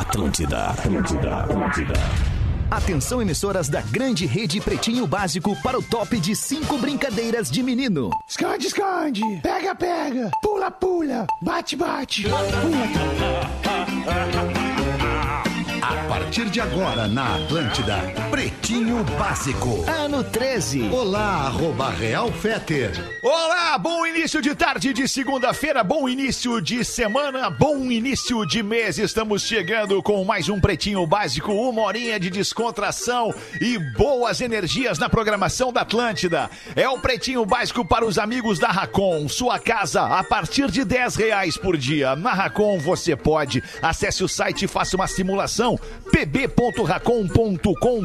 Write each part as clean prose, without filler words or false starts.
Atlântida. Atenção, emissoras da grande rede Pretinho Básico para o top de 5 brincadeiras de menino. Esconde, pega, pula, bate. A partir de agora, na Atlântida, Pretinho Básico. Ano 13. Olá, @Real Feter. Olá, bom início de tarde de segunda-feira, bom início de semana, bom início de mês. Estamos chegando com mais um Pretinho Básico, 1 horinha de descontração e boas energias na programação da Atlântida. É o Pretinho Básico para os amigos da Racon. Sua casa a partir de R$10 por dia. Na Racon você pode. Acesse o site e faça uma simulação. pb.racon.com.br.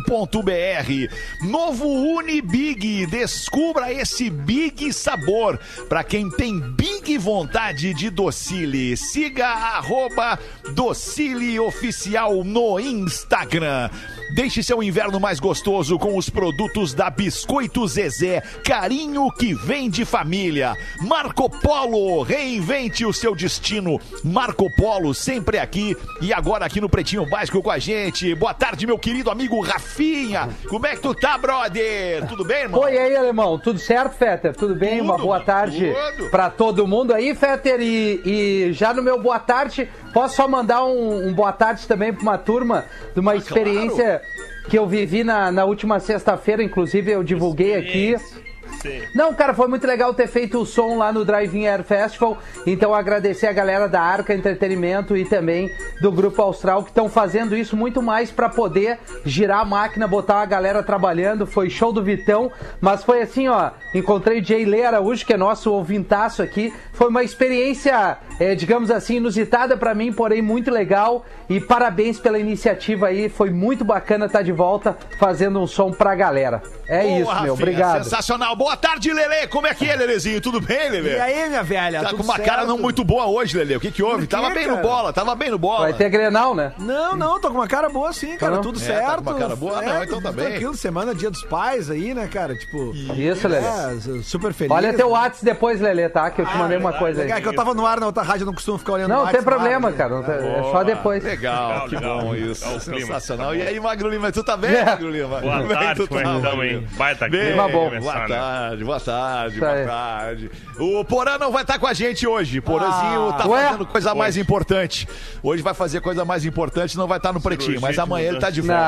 Novo Unibig, descubra esse big sabor para quem tem big vontade de docile. Siga @docile_oficial no Instagram. Deixe seu inverno mais gostoso com os produtos da Biscoito Zezé, carinho que vem de família. Marco Polo, reinvente o seu destino. Marco Polo, sempre aqui e agora aqui no Pretinho Básico com a gente. Boa tarde, meu querido amigo Rafinha. Como é que tu tá, brother? Tudo bem, irmão? Oi, aí, alemão. Tudo certo, Fetter? Tudo bem? Uma boa tarde pra todo mundo aí, Fetter. E já no meu boa tarde, posso só mandar um boa tarde também pra uma turma de uma experiência... Claro. Que eu vivi na última sexta-feira, inclusive eu divulguei aqui. Não, cara, foi muito legal ter feito o som lá no Drive-In Air Festival. Então agradecer a galera da Arca Entretenimento e também do Grupo Austral que estão fazendo isso muito mais para poder girar a máquina, botar a galera trabalhando. Foi show do Vitão, mas foi assim, ó, encontrei o Jay Lê Araújo, que é nosso ouvintaço aqui. Foi uma experiência, digamos assim, inusitada para mim, porém muito legal. E parabéns pela iniciativa aí, foi muito bacana estar de volta fazendo um som pra galera. É boa, isso, Rafinha, meu, obrigado. Sensacional. Boa tarde, Lelê. Como é que é, Lelezinho? Tudo bem, Lelê? E aí, minha velha? Tá com uma cara não muito boa hoje, Lelê. O que houve? Tava bem no bola. Vai ter Grenal, né? Não, tô com uma cara boa sim, cara. Tudo certo. Tá com uma cara boa? Não, então tá bem. Tranquilo, semana, Dia dos Pais aí, né, cara? Tipo... Isso, Lelê. Super feliz. Olha teu WhatsApp depois, Lelê, tá? Que eu te mandei uma coisa aí. É que eu tava no ar na outra rádio, eu não costumo ficar olhando o WhatsApp. Não, tem problema, cara. É só depois. Legal, que bom isso. Sensacional. E aí, Magro Lima, tu tá bem, Magro Lima? Boa tarde, então, hein? Baita clima bom. Boa tarde. O Porã não vai estar com a gente hoje. Porãzinho tá fazendo coisa mais importante. Hoje vai fazer coisa mais importante, não vai estar no Pretinho, mas amanhã ele tá de volta.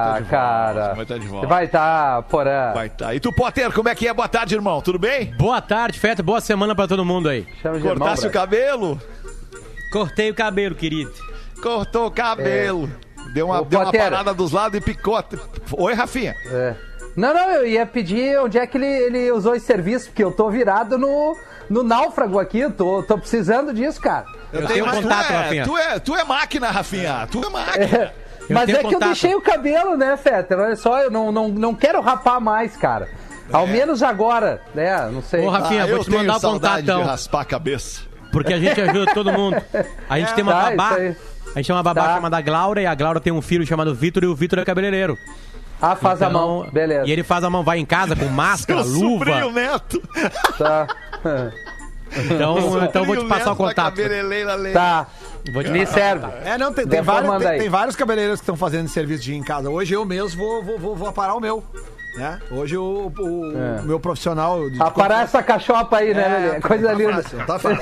Cara. Vai estar, Porã. Vai estar. E tu, Potter, como é que é? Boa tarde, irmão. Tudo bem? Boa tarde, Feta. Boa semana pra todo mundo aí. Cortasse o cabelo? Cortei o cabelo, querido. Cortou o cabelo. Deu uma parada dos lados e picota. Oi, Rafinha. Não, eu ia pedir onde é que ele usou esse serviço, porque eu tô virado no náufrago aqui, eu tô precisando disso, cara. Eu tenho contato, Rafinha. Tu é máquina, Rafinha. Tu é máquina. Mas é que eu deixei o cabelo, né, Fetter? Olha só, eu não quero rapar mais, cara. Ao menos agora, né? Não sei. Ô, Rafinha, vou te mandar o contato, então. De raspar a cabeça. Porque a gente ajuda todo mundo. A gente tem uma babá. A gente tem uma babá chamada Glaura, e a Glaura tem um filho chamado Vitor, e o Vitor é cabeleireiro. Faz a mão, beleza. E ele faz a mão, vai em casa com máscara, luva. Sobrinho neto. Tá. Então vou te passar o contato. Tá. Me serve. Tem vários cabeleireiros que estão fazendo serviço de ir em casa. Hoje eu mesmo vou aparar o meu. Né? Hoje o meu profissional... Aparar essa cachopa aí, né, Lelê? Coisa linda. Tá fácil.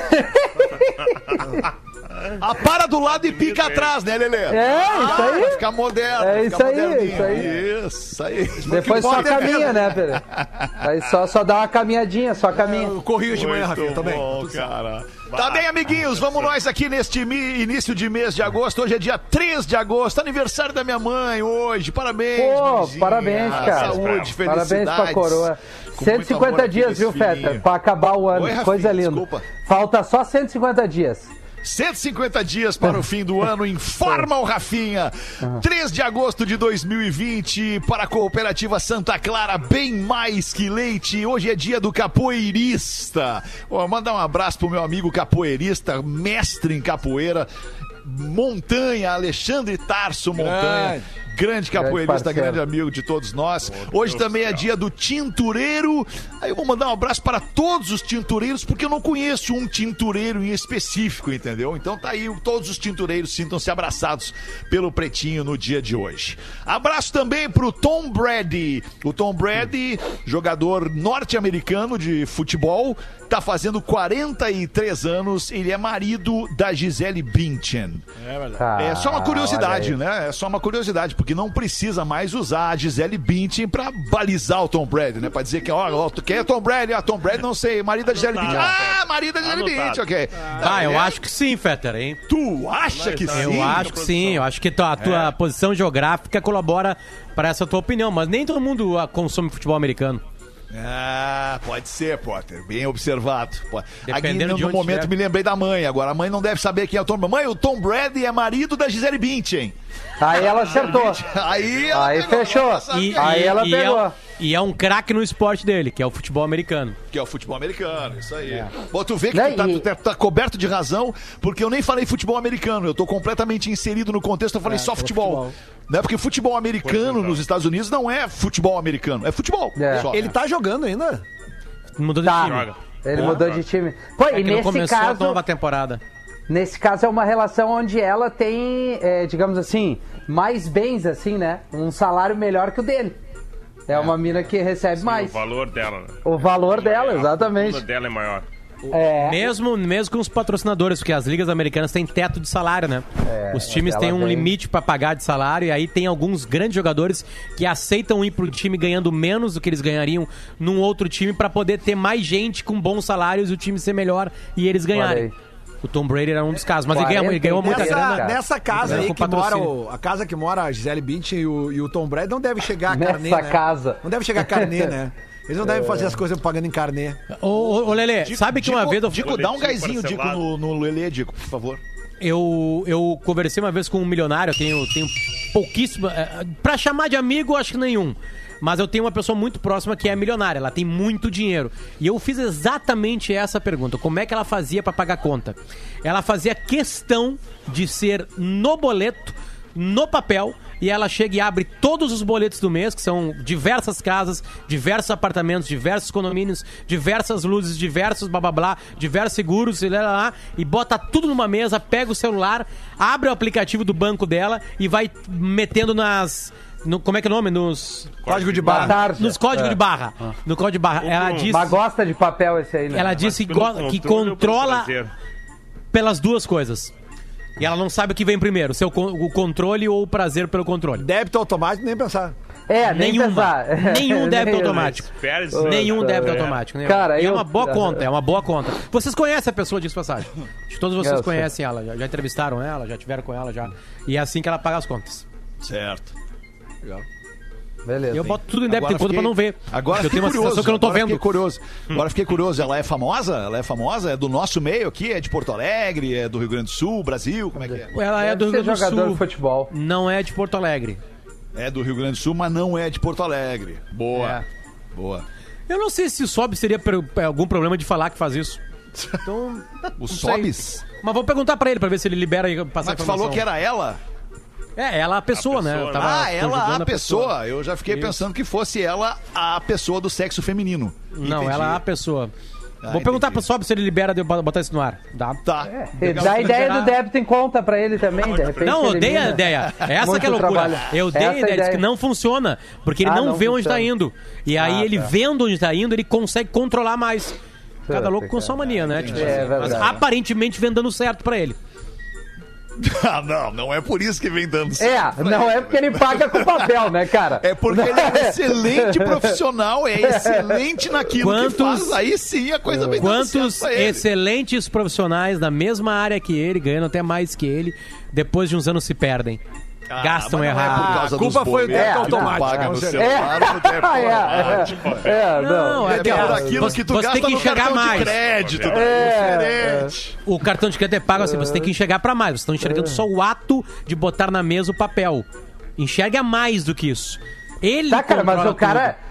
Para do lado e pica atrás, né, Lelê? Isso aí. Vai ficar moderno. Isso aí. Depois só caminha, né, Pedro? Aí só dá uma caminhadinha, só caminha. Eu corri hoje de manhã, Rafinha, também. Cara. Tá bem, amiguinhos, vamos nós aqui neste início de mês de agosto. Hoje é dia 3 de agosto, aniversário da minha mãe hoje. Parabéns, parabéns, cara. Saúde, felicidades. Parabéns pra coroa. 150 dias, viu, Feta? Pra acabar o ano. Oi, coisa linda. Desculpa. Falta só 150 dias. 150 dias para o fim do ano, informa o Rafinha. 3 de agosto de 2020, para a Cooperativa Santa Clara, bem mais que leite. Hoje é dia do capoeirista. Mandar um abraço pro meu amigo capoeirista, mestre em capoeira. Montanha, Alexandre Tarso Montanha. Grande capoeirista, grande amigo de todos nós. Hoje também é dia do tintureiro. Aí eu vou mandar um abraço para todos os tintureiros, porque eu não conheço um tintureiro em específico, entendeu? Então tá aí, todos os tintureiros sintam-se abraçados pelo Pretinho no dia de hoje. Abraço também pro Tom Brady. O Tom Brady, jogador norte-americano de futebol, tá fazendo 43 anos. Ele é marido da Gisele Bündchen. É só uma curiosidade, né? É só uma curiosidade, porque não precisa mais usar a Gisele Bündchen pra balizar o Tom Brady, né? Pra dizer que, ó, quem é Tom Brady? Ah, Tom Brady, não sei, marido da Gisele Bündchen. Ah, marido da Gisele Bündchen, ok. Eu acho que sim, Fetter, hein? Tu acha que sim? Eu acho que sim, eu acho que a tua posição geográfica colabora para essa tua opinião, mas nem todo mundo consome futebol americano. Ah, pode ser, Potter. Bem observado. Dependendo aqui, no momento me lembrei da mãe. Agora a mãe não deve saber quem é o Tom Brady. Mãe, o Tom Brady é marido da Gisele Bündchen. Aí ela acertou. Aí fechou. Aí ela pegou. E é um craque no esporte dele, que é o futebol americano. Que é o futebol americano, isso aí. Bom, tu vê que tu tá coberto de razão, porque eu nem falei futebol americano. Eu tô completamente inserido no contexto, eu falei só futebol. Né? Porque futebol americano nos Estados Unidos não é futebol americano, é futebol. Só, ele tá jogando ainda? Mudou de time. Ele mudou de time. Pô, e nesse caso, a nova temporada. Nesse caso é uma relação onde ela tem, digamos assim, mais bens, assim, né? Um salário melhor que o dele. É uma mina que recebe mais. O valor dela, né? O valor dela, exatamente. O valor dela é maior. Mesmo com os patrocinadores, porque as ligas americanas têm teto de salário, né? Os times têm um limite para pagar de salário, e aí tem alguns grandes jogadores que aceitam ir pro time ganhando menos do que eles ganhariam num outro time para poder ter mais gente com bons salários e o time ser melhor e eles ganharem. O Tom Brady era um dos casos, mas ele ganhou muita grana. Nessa casa aí que mora, a casa que mora a Gisele Bündchen e o Tom Brady não deve chegar a carnê, né? Casa. Não deve chegar a carnê, né? Eles não devem fazer as coisas pagando em carnê. Ô Lelê, sabe que uma vez... Dico, dá um gásinho, Dico, no Lelê, Dico, por favor. Eu conversei uma vez com um milionário, eu tenho pouquíssimo... Pra chamar de amigo, acho que nenhum. Mas eu tenho uma pessoa muito próxima que é milionária, ela tem muito dinheiro. E eu fiz exatamente essa pergunta, como é que ela fazia pra pagar conta? Ela fazia questão de ser no boleto, no papel, e ela chega e abre todos os boletos do mês, que são diversas casas, diversos apartamentos, diversos condomínios, diversas luzes, diversos blá blá blá, diversos seguros, e bota tudo numa mesa, pega o celular, abre o aplicativo do banco dela e vai metendo como é que é o nome? Nos... Código de barra. Nos códigos de barra. No código de barra. Ela disse... Mas gosta de papel esse aí, né? Ela disse que controla pelas duas coisas. E ela não sabe o que vem primeiro, o controle ou o prazer pelo controle. Débito automático, nem pensar. Nenhum débito automático. Nenhum débito automático. Cara, é uma boa conta. Vocês conhecem a pessoa disso, passagem? Todos vocês conhecem ela, já entrevistaram ela, já tiveram com ela já. E é assim que ela paga as contas. Certo. Legal. Beleza. Eu boto tudo em débito em conta pra não ver. Agora eu tenho uma sensação que eu não tô vendo. Agora fiquei curioso. Ela é famosa? É do nosso meio aqui? É de Porto Alegre? É do Rio Grande do Sul? Brasil? Como é que é? Ela é do Rio Grande do Sul. Jogador de futebol. Não é de Porto Alegre. É do Rio Grande do Sul, mas não é de Porto Alegre. Boa. Boa. Eu não sei se o Sobs seria algum problema de falar que faz isso. Então, o Sobs? Mas vou perguntar pra ele, pra ver se ele libera e passar a informação. Mas tu falou que era ela? Ela a pessoa, né? Ela a pessoa. Eu já fiquei pensando que fosse ela a pessoa do sexo feminino. Não, entendi. Ela a pessoa. Vou perguntar pro Sob se ele libera de eu botar isso no ar. Tá. Dá a ideia do débito em conta pra ele também, de repente. Não, eu dei a ideia. Essa que é a loucura. Eu dei a ideia, diz que não funciona, porque ele não vê onde tá indo. E aí ele vendo onde tá indo, ele consegue controlar mais. Cada louco com sua mania, né? Tipo, mas aparentemente vem dando certo pra ele. Não é por isso que vem dando certo. Não é porque ele paga com papel, né, cara? É porque ele é um excelente profissional, é excelente naquilo que faz. Aí sim a coisa vem dando certo. Quantos excelentes profissionais da mesma área que ele, ganhando até mais que ele, depois de uns anos se perdem? Gastam errado. A culpa foi o débito automático. Paga no celular, no débito automático. Por aquilo que tu gasta tem que enxergar mais. De crédito. Diferente. O cartão de crédito é pago assim, você tem que enxergar pra mais. Vocês estão enxergando só o ato de botar na mesa o papel. Enxerga mais do que isso. Ele cara, mas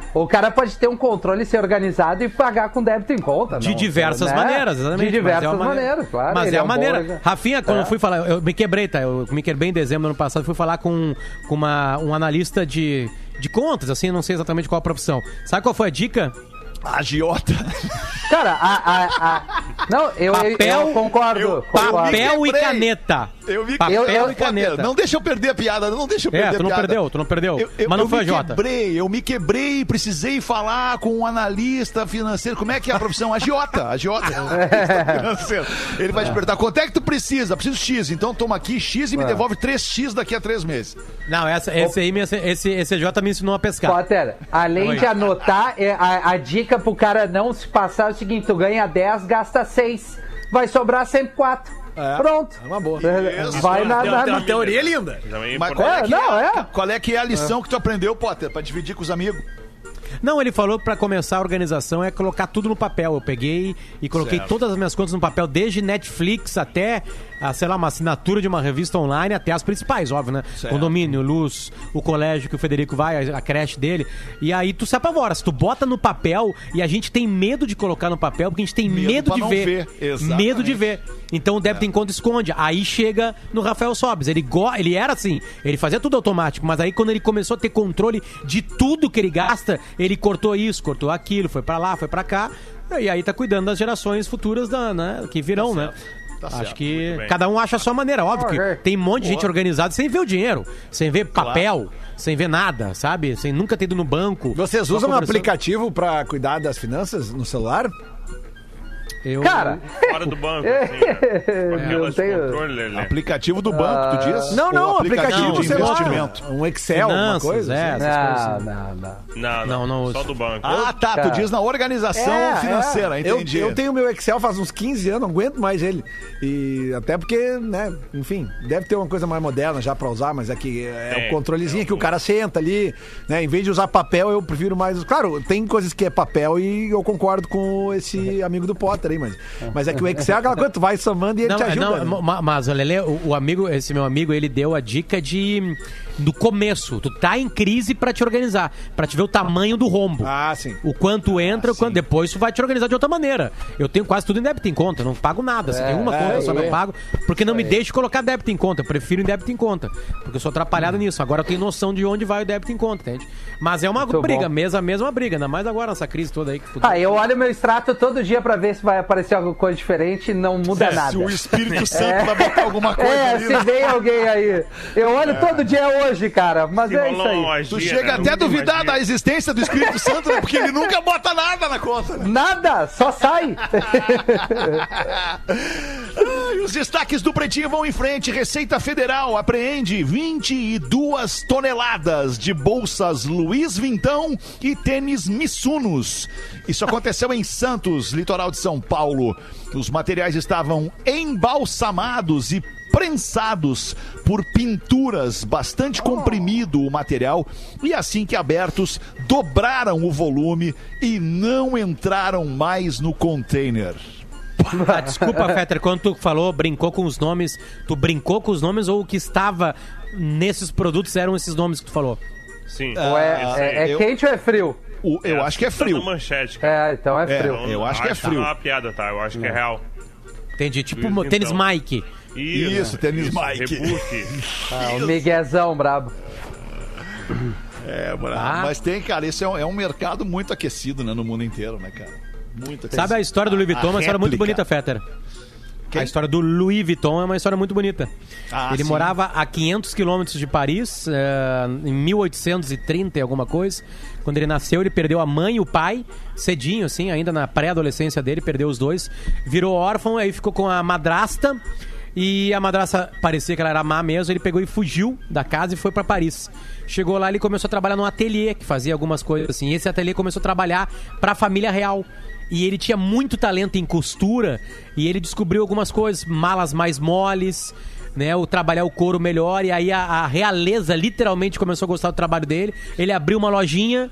O cara pode ter um controle, ser organizado e pagar com débito em conta. De diversas maneiras, exatamente. De diversas maneiras, claro. Mas é a maneira. Rafinha, quando eu fui falar, eu me quebrei, tá? Eu me quebrei em dezembro do ano passado, fui falar com um analista de contas, assim, não sei exatamente qual a profissão. Sabe qual foi a dica? Agiota. Cara, não, eu concordo. Papel e caneta. Papel e caneta. Não deixa eu perder a piada, não deixa eu perder a piada. Tu não perdeu. Mas não foi a Jota. Eu me quebrei, precisei falar com um analista financeiro. Como é que é a profissão? Agiota. Financeiro. Ele vai te perguntar, quanto é que tu precisa? Preciso X. Então toma aqui X e me devolve 3X daqui a 3 meses. Não, esse Jota me ensinou a pescar. Potter, além de anotar, a dica pro cara não se passar é o seguinte, tu ganha 10, gasta 6. Vai sobrar sempre 4. Pronto. É uma boa. Vai na teoria linda. Mas qual é que é a lição que tu aprendeu, Potter, pra dividir com os amigos? Não, ele falou que pra começar a organização é colocar tudo no papel. Eu peguei e coloquei todas as minhas contas no papel, desde Netflix até, uma assinatura de uma revista online, até as principais, óbvio, né? Certo. Condomínio, luz, o colégio que o Federico vai, a creche dele. E aí tu se apavora. Se tu bota no papel, e a gente tem medo de colocar no papel, porque a gente tem medo de ver. Medo de ver. Então o débito em conta esconde. Aí chega no Rafael Sobes. Ele era assim, ele fazia tudo automático, mas aí quando ele começou a ter controle de tudo que ele gasta, ele cortou isso, cortou aquilo, foi pra lá, foi pra cá, e aí tá cuidando das gerações futuras que virão, né? Acho que cada um acha a sua maneira. Óbvio que tem um monte de gente organizada sem ver o dinheiro, sem ver papel, sem ver nada, sabe? Sem nunca ter ido no banco. Vocês usam um aplicativo pra cuidar das finanças no celular? Cara, fora do banco, assim, controle, aplicativo do banco, tu diz? Não, aplicativo de investimento. Um Excel, finanças, uma coisa. Não, só do banco. Tu diz na organização financeira, entendi. Eu tenho meu Excel faz uns 15 anos, não aguento mais ele. E até porque, né, enfim, deve ter uma coisa mais moderna já pra usar, mas aqui o controlezinho que o cara senta ali, né, em vez de usar papel, eu prefiro mais... Claro, tem coisas que é papel e eu concordo com esse amigo do Potter. Mas é que o Excel é aquela coisa, tu vai somando e ele te ajuda. Mas o Lelê, esse meu amigo, ele deu a dica do começo. Tu tá em crise pra te organizar, pra te ver o tamanho do rombo. Sim. O quanto entra, depois tu vai te organizar de outra maneira. Eu tenho quase tudo em débito em conta, eu não pago nada. Se tem uma conta, eu só não pago, porque não me deixa colocar débito em conta. Eu prefiro em débito em conta, porque eu sou atrapalhado nisso. Agora eu tenho noção de onde vai o débito em conta, entende? Mas é uma briga, mês a mês é uma briga, ainda mais agora nessa crise toda aí. Eu olho meu extrato todo dia pra ver se vai aparecer alguma coisa diferente e não muda nada. Se o Espírito Santo vai botar alguma coisa ali, se vem alguém aí. Eu olho todo dia hoje, cara, mas é isso aí. Tu chega até a duvidar da existência do Espírito Santo, né? Porque ele nunca bota nada na conta. Né? Nada, só sai. Os destaques do Pretinho vão em frente. Receita Federal apreende 22 toneladas de bolsas Luiz Vintão e tênis Missunos. Isso aconteceu em Santos, litoral de São Paulo. Os materiais estavam embalsamados e prensados por pinturas, bastante comprimido o material, e assim que abertos, dobraram o volume e não entraram mais no container. Desculpa, Fetter, quando tu falou, brincou com os nomes, tu brincou com os nomes ou o que estava nesses produtos eram esses nomes que tu falou? Sim. Quente ou é frio? Eu acho que é frio. Manchete, então é frio. Eu acho que é frio. Não é uma piada, tá? Eu acho que é real. Entendi, tipo tênis Mike. Isso, tênis Mike. O Miguezão brabo. Mas tem, cara, esse é um mercado muito aquecido, né, no mundo inteiro, né, cara? Muito aquecido. Sabe a história do Louis Vuitton? Uma história muito bonita, Fetter. A história do Louis Vuitton é uma história muito bonita. Ele morava a 500 quilômetros de Paris, em 1830 e alguma coisa. Quando ele nasceu, ele perdeu a mãe e o pai, cedinho, assim, ainda na pré-adolescência dele, perdeu os dois. Virou órfão, aí ficou com a madrasta. E a madrasta parecia que ela era má mesmo. Ele pegou e fugiu da casa e foi pra Paris. Chegou lá, ele começou a trabalhar num ateliê, que fazia algumas coisas assim. E esse ateliê começou a trabalhar pra família real. E ele tinha muito talento em costura. E ele descobriu algumas coisas, malas mais moles, né, o trabalhar o couro melhor. E aí a realeza literalmente começou a gostar do trabalho dele. Ele abriu uma lojinha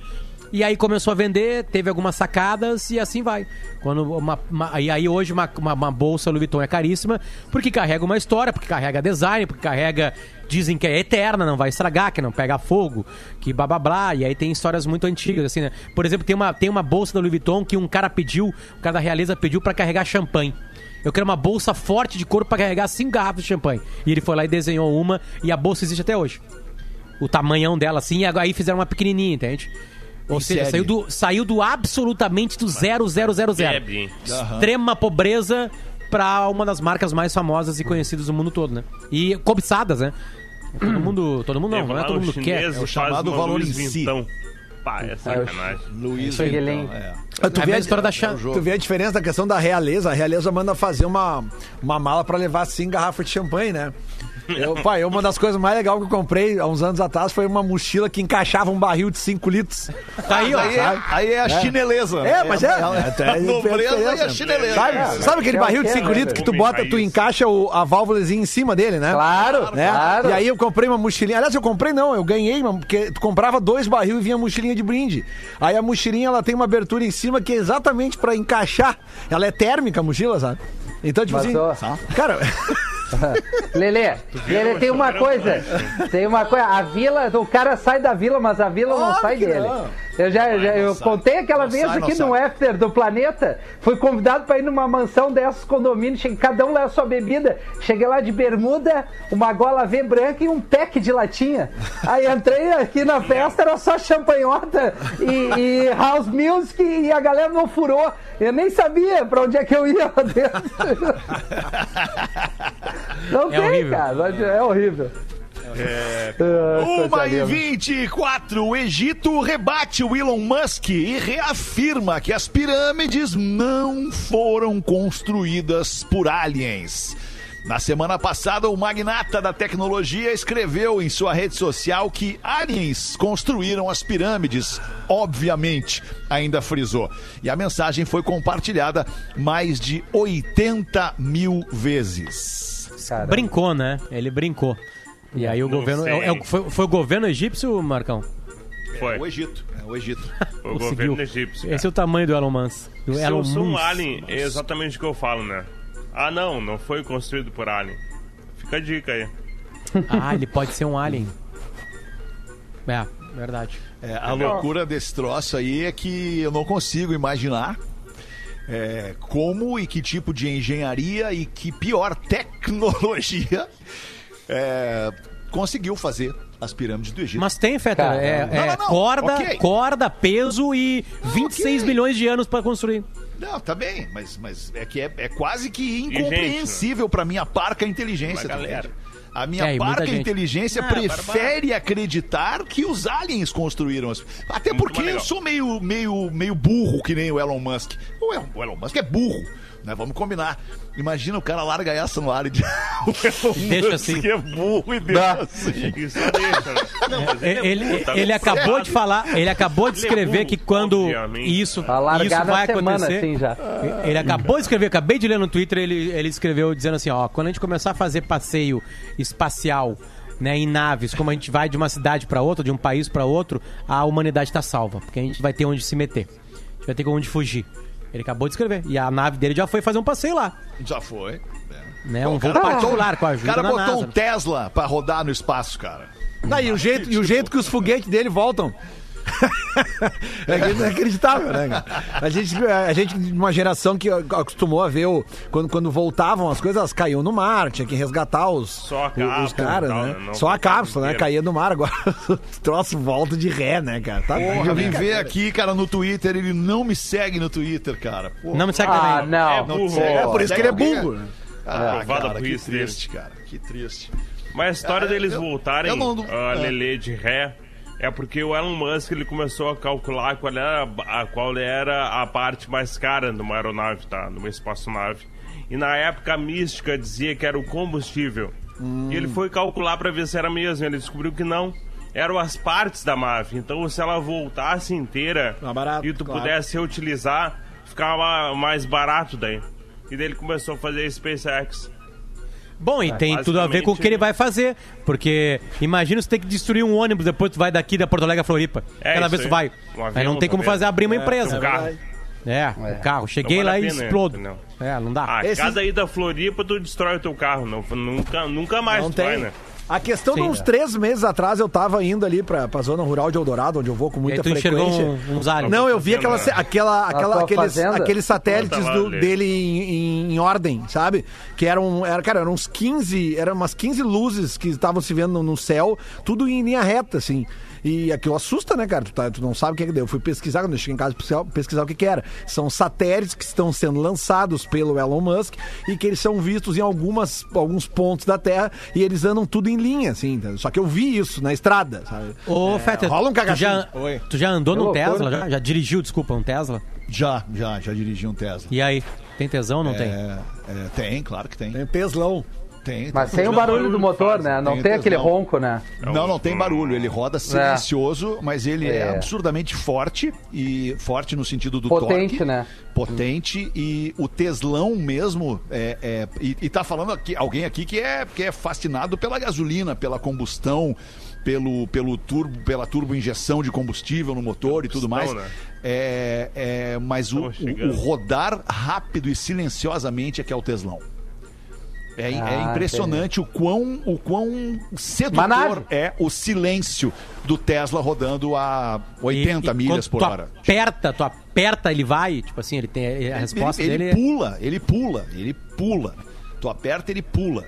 E aí começou a vender, teve algumas sacadas e assim vai. E aí hoje uma bolsa Louis Vuitton é caríssima porque carrega uma história, porque carrega design, porque carrega... Dizem que é eterna, não vai estragar, que não pega fogo, que blá blá blá. E aí tem histórias muito antigas, assim, né? Por exemplo, tem uma bolsa da Louis Vuitton que o cara da realeza pediu pra carregar champanhe. Eu quero uma bolsa forte de couro pra carregar 5 garrafas de champanhe. E ele foi lá e desenhou uma, e a bolsa existe até hoje. O tamanhão dela, assim, e aí fizeram uma pequenininha, entende? Ou seja, saiu do absolutamente do 0,000. Extrema pobreza pra uma das marcas mais famosas e conhecidas do mundo todo, né? E cobiçadas, né? Todo mundo não é todo mundo quer. É o chamado valor em si. Pá, é sacanagem. Luiz Vintão. Tu vê a história da Tu vê a diferença da questão da realeza. A realeza manda fazer uma mala pra levar 5 garrafas de champanhe, né? Uma das coisas mais legais que eu comprei há uns anos atrás foi uma mochila que encaixava um barril de 5 litros. Tá aí, ó. Aí é a chineleza. Mas é. A nobreza e a chineleza. Sabe aquele barril de 5 litros que tu bota, tu encaixa a válvulazinha em cima dele, né? Claro, né? claro. E aí eu comprei uma mochilinha. Aliás, eu ganhei, porque tu comprava 2 barris e vinha mochilinha de brinde. Aí a mochilinha, ela tem uma abertura em cima que é exatamente pra encaixar. Ela é térmica, a mochila, sabe? Então, tipo assim... Cara... Lelê, tem uma coisa. A vila, o cara sai da vila, mas a vila não sai dele. Eu contei aquela vez aqui no After do Planeta. Fui convidado pra ir numa mansão dessas condomínios. Cada um leva sua bebida. Cheguei lá de bermuda, uma gola V branca e um pack de latinha. Aí entrei aqui na festa, era só champanhota e house music, e a galera não furou. Eu nem sabia pra onde é que eu ia lá dentro. Não tem, horrível. Cara. É horrível. 1h24, o Egito rebate o Elon Musk e reafirma que as pirâmides não foram construídas por aliens. Na semana passada, o magnata da tecnologia escreveu em sua rede social que aliens construíram as pirâmides, obviamente, ainda frisou. E a mensagem foi compartilhada mais de 80 mil vezes. Caramba. Brincou, né? Ele brincou. E aí o governo... Foi o governo egípcio, Marcão? Foi. O Egito. Foi o governo egípcio. Cara. Esse é o tamanho do Elon Musk. Se eu sou um alien, é exatamente o que eu falo, né? Ah, não foi construído por alien. Fica a dica aí. Ele pode ser um alien. Verdade. A loucura desse troço aí é que eu não consigo imaginar como e que tipo de engenharia e que pior tecnologia conseguiu fazer as pirâmides do Egito. Mas tem, Feta, corda, peso e 26 milhões de anos para construir. Não, tá bem, mas é que é quase que incompreensível pra minha parca inteligência. A minha parca inteligência prefere acreditar que os aliens construíram as... Até porque eu sou meio burro que nem o Elon Musk. O Elon Musk é burro, né? Vamos combinar. Imagina o cara larga essa no ar e deixa assim. Que é burro e deixa assim. Isso deixa, né? Ele acabou de falar, ele acabou de escrever que quando isso vai acontecer, assim, já. Ele acabou de escrever, acabei de ler no Twitter, ele escreveu dizendo assim, quando a gente começar a fazer passeio espacial, né, em naves, como a gente vai de uma cidade para outra, de um país para outro, a humanidade está salva, porque a gente vai ter onde se meter, a gente vai ter onde fugir. Ele acabou de escrever. E a nave dele já foi fazer um passeio lá. Já foi. Né? Um voo particular com a ajuda da NASA. O cara botou um Tesla pra rodar no espaço, cara. E o jeito que os foguetes dele voltam. É inacreditável, né? A gente, uma geração que acostumou a ver quando voltavam as coisas, elas caíam no mar, tinha que resgatar os caras, né? Só a cápsula, né? Caía no mar, agora o troço volta de ré, né, cara? Eu vim ver aqui, cara, no Twitter, ele não me segue no Twitter, cara. Não me segue também. Não. É por isso que ele é burro, né? Cara, que triste, cara. Que triste. Mas a história deles voltarem a Lelê de ré é porque o Elon Musk ele começou a calcular qual era a parte mais cara de uma aeronave, tá? De uma espaçonave. E na época a mística dizia que era o combustível. E ele foi calcular para ver se era mesmo. Ele descobriu que não. Eram as partes da nave. Então se ela voltasse inteira e tu pudesse reutilizar, ficava mais barato daí. E daí ele começou a fazer a SpaceX. Bom, e tem tudo a ver com o que ele vai fazer. Porque imagina você ter que destruir um ônibus, depois tu vai daqui da Porto Alegre a Floripa. Cada vez tu vai. Aí não tem como fazer abrir uma empresa. Um carro. O carro. Cheguei lá e explodo. Não dá. Cada ida a Floripa, tu destrói o teu carro. Nunca mais não tu tem. vai, né? A questão de uns 3 meses atrás, eu tava indo ali pra zona rural de Eldorado, onde eu vou com muita frequência. Enxergou uns aliens. Não, eu vi aqueles satélites dele em ordem, sabe? Que eram uns 15, eram umas 15 luzes que estavam se vendo no céu, tudo em linha reta, assim. E aquilo assusta, né, cara? Tu não sabe o que é que deu. Eu fui pesquisar, quando eu cheguei em casa, pesquisar o que era. São satélites que estão sendo lançados pelo Elon Musk e que eles são vistos em alguns pontos da Terra e eles andam tudo em linha, assim. Só que eu vi isso na estrada, sabe? Ô, Fetter, rola um cagacinho. Tu já andou num Tesla? Já dirigiu, desculpa, um Tesla? Já dirigi um Tesla. E aí, tem tesão ou não tem? Tem, claro que tem. Tem Teslão. Mas tem o barulho do motor, né? Não tem aquele ronco, né? Não tem barulho. Ele roda silencioso, mas ele é absurdamente forte. E forte no sentido do potente, torque. Né? Potente. E o Teslão mesmo e tá falando aqui, alguém aqui que é fascinado pela gasolina, pela combustão, pela turboinjeção de combustível no motor e tudo mais. Né? Mas o rodar rápido e silenciosamente é que é o Teslão. É impressionante o quão sedutor é o silêncio do Tesla rodando a 80 milhas por hora. Tu aperta, ele vai, tipo assim, ele tem a resposta dele. Ele pula. Tu aperta, ele pula.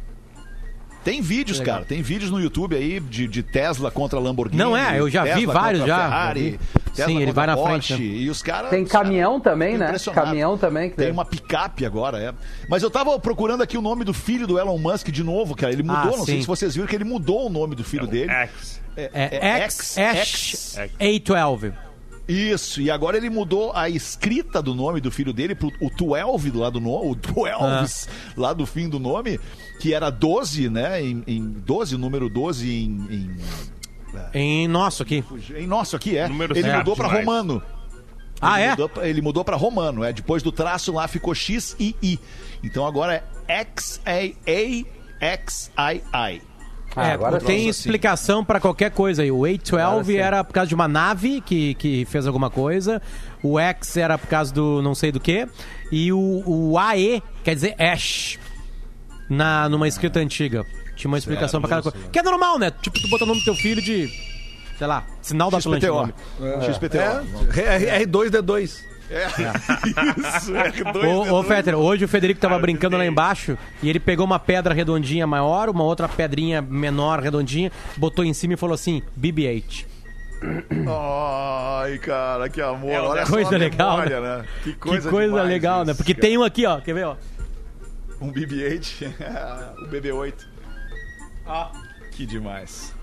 Tem vídeos, cara. Tem vídeos no YouTube aí de Tesla contra Lamborghini. Não eu já vi vários já. Ferrari, sim, ele vai na Porsche, frente. E os caras. Tem caminhão também, né? Caminhão também. Tem uma picape agora, Mas eu tava procurando aqui o nome do filho do Elon Musk de novo, cara. Ele mudou, não sei se vocês viram que ele mudou o nome do filho dele. A12. Isso, e agora ele mudou a escrita do nome do filho dele pro o 12 lá do nome, o 12 lá do fim do nome, que era 12, né? Em 12, o número 12 em nosso aqui. Em nosso aqui, Número ele mudou pra romano. Ele mudou pra romano, depois do traço lá ficou XII. Então agora é XAAXII. Agora tem explicação pra qualquer coisa aí. O A12 era por causa de uma nave que fez alguma coisa. O X era por causa do não sei do que. E o AE quer dizer Ash. Numa escrita antiga. Tinha uma explicação pra cada coisa. Que é normal, né? Tipo, tu botar o nome do teu filho de, sei lá, sinal da Atlântica. XPTO. R2D2. Isso, Ô Fetter, hoje o Federico tava brincando lá embaixo e ele pegou uma pedra redondinha maior, uma outra pedrinha menor redondinha, botou em cima e falou assim, BB-8. Ai, cara, que amor. Olha coisa só a legal, memória, né? Que coisa legal, isso, né? Porque cara. tem um aqui, ó, quer ver, ó? Um BB-8, o BB-8. Que demais.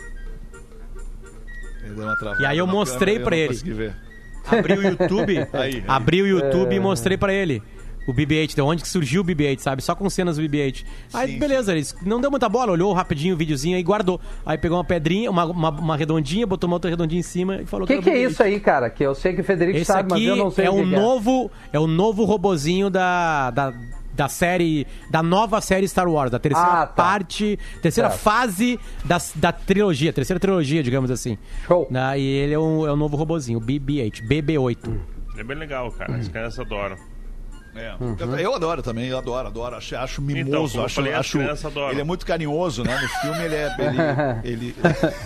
Ele deu uma travada. E aí eu mostrei pra ele. Abri o YouTube, e mostrei pra ele o BB-8, de onde que surgiu o BB-8, sabe? Só com cenas do BB-8. Aí, beleza, ele não deu muita bola, olhou rapidinho o videozinho e guardou. Aí pegou uma pedrinha, uma redondinha, botou uma outra redondinha em cima e falou que é isso aí, cara? Que eu sei que o Federico esse sabe, mas eu não sei o que é o novo robozinho da série, da nova série Star Wars, da terceira terceira fase da trilogia, terceira trilogia, digamos assim. Show. E ele é o novo robozinho, o BB-8. É bem legal, cara. As crianças adoram. Eu adoro também, eu adoro. Acho mimoso, então, acho ele é muito carinhoso, né? No filme ele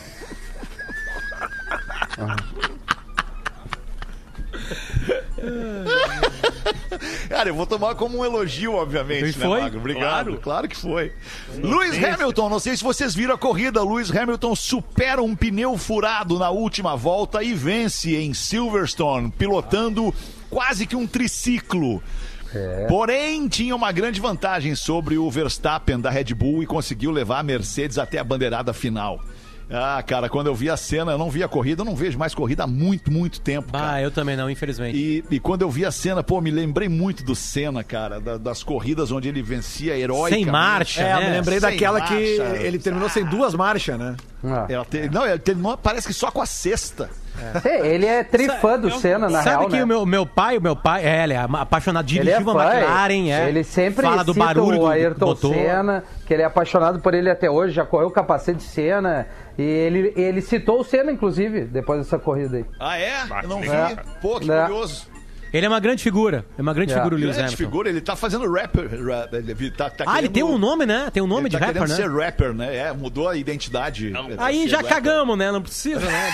Cara, eu vou tomar como um elogio, obviamente, né, Magro? Obrigado. Claro que foi. Lewis Hamilton, não sei se vocês viram a corrida. Lewis Hamilton supera um pneu furado na última volta e vence em Silverstone, pilotando quase que um triciclo. Porém, tinha uma grande vantagem sobre o Verstappen da Red Bull e conseguiu levar a Mercedes até a bandeirada final. Cara, quando eu vi a cena, eu não vi a corrida, eu não vejo mais corrida há muito, muito tempo, cara. Eu também não, infelizmente. E quando eu vi a cena, me lembrei muito do Senna, cara, das corridas onde ele vencia heroicamente. Sem marcha, né? Me lembrei daquela que ele terminou sem 2 marchas, né? Ele terminou, parece que só com a sexta. Ele é trifã do Senna, na real, Sabe que né? o meu pai, ele é apaixonado, dirigiu uma McLaren, Ele sempre fala do cita barulho o Ayrton do motor. Senna, que ele é apaixonado por ele até hoje, já correu o capacete de Senna, e ele citou o Senna, inclusive, depois dessa corrida aí. Ah, é? Eu não vi. É. Pô, que É. curioso. Ele é uma grande figura. É uma grande figura, o Lewis Grande Hamilton. figura, ele tá fazendo rapper. Ele tá Ele querendo- tem um nome, né? Tem um nome ele de tá rapper, querendo né? ser rapper, né? É, mudou a identidade. Aí Ser já rapper. cagamos, né? Não precisa, né?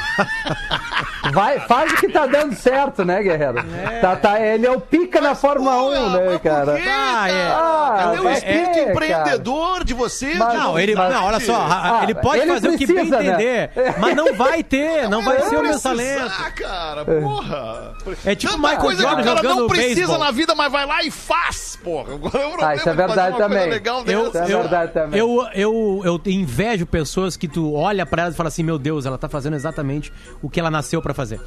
Faz o que tá dando certo, né, Guerreiro? Ele é o pica na Fórmula 1, né, mas cara? por quê, Cadê o espírito empreendedor de vocês? Não, olha só, ele pode ele fazer o que bem precisa, né? entender, mas não vai ter, não vai ser o meu talento. Cara, porra. É tipo Tanta Michael coisa que Jordan o cara não jogando precisa beisebol. na vida, mas vai lá e faz, porra. Agora é o problema Isso é de fazer verdade uma coisa também. legal Isso dessa. é verdade também. Eu invejo pessoas que tu olha pra elas e fala assim, meu Deus, ela tá fazendo exatamente o que ela nasceu pra fazer.